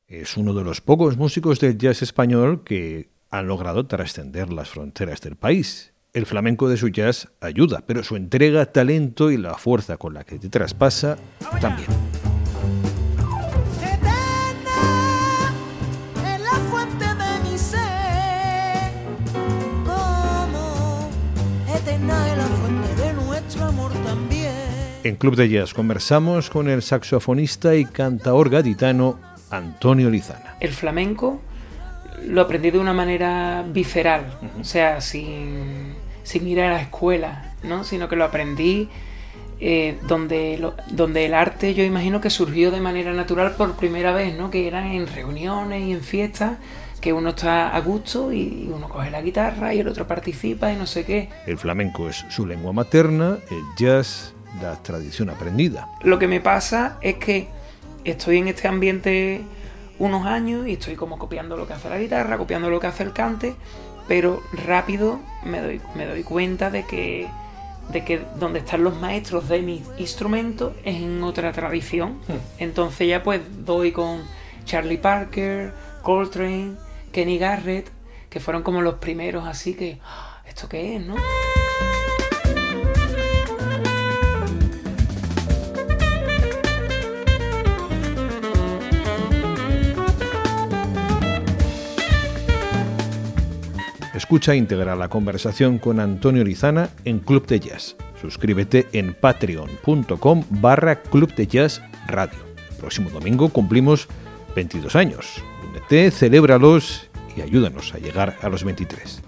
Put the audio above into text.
Es uno de los pocos músicos del jazz español que han logrado trascender las fronteras del país. El flamenco de su jazz ayuda, pero su entrega, talento y la fuerza con la que te traspasa también. En Club de Jazz conversamos con el saxofonista y cantaor gaditano Antonio Lizana. El flamenco lo aprendí de una manera visceral, o sea, sin ir a la escuela, ¿no? Sino que lo aprendí donde el arte, yo imagino que surgió de manera natural por primera vez, ¿no? Que eran en reuniones y en fiestas, que uno está a gusto y uno coge la guitarra y el otro participa y no sé qué. El flamenco es su lengua materna, el jazz la tradición aprendida. Lo que me pasa es que estoy en este ambiente unos años y estoy como copiando lo que hace la guitarra, copiando lo que hace el cante, pero rápido me doy cuenta de que donde están los maestros de mi instrumento es en otra tradición. Entonces ya pues doy con Charlie Parker, Coltrane, Kenny Garrett, que fueron como los primeros, así que ¿esto qué es, no? Escucha íntegra la conversación con Antonio Lizana en Club de Jazz. Suscríbete en patreon.com/Club de Jazz Radio. Próximo domingo cumplimos 22 años. Únete, celébralos y ayúdanos a llegar a los 23.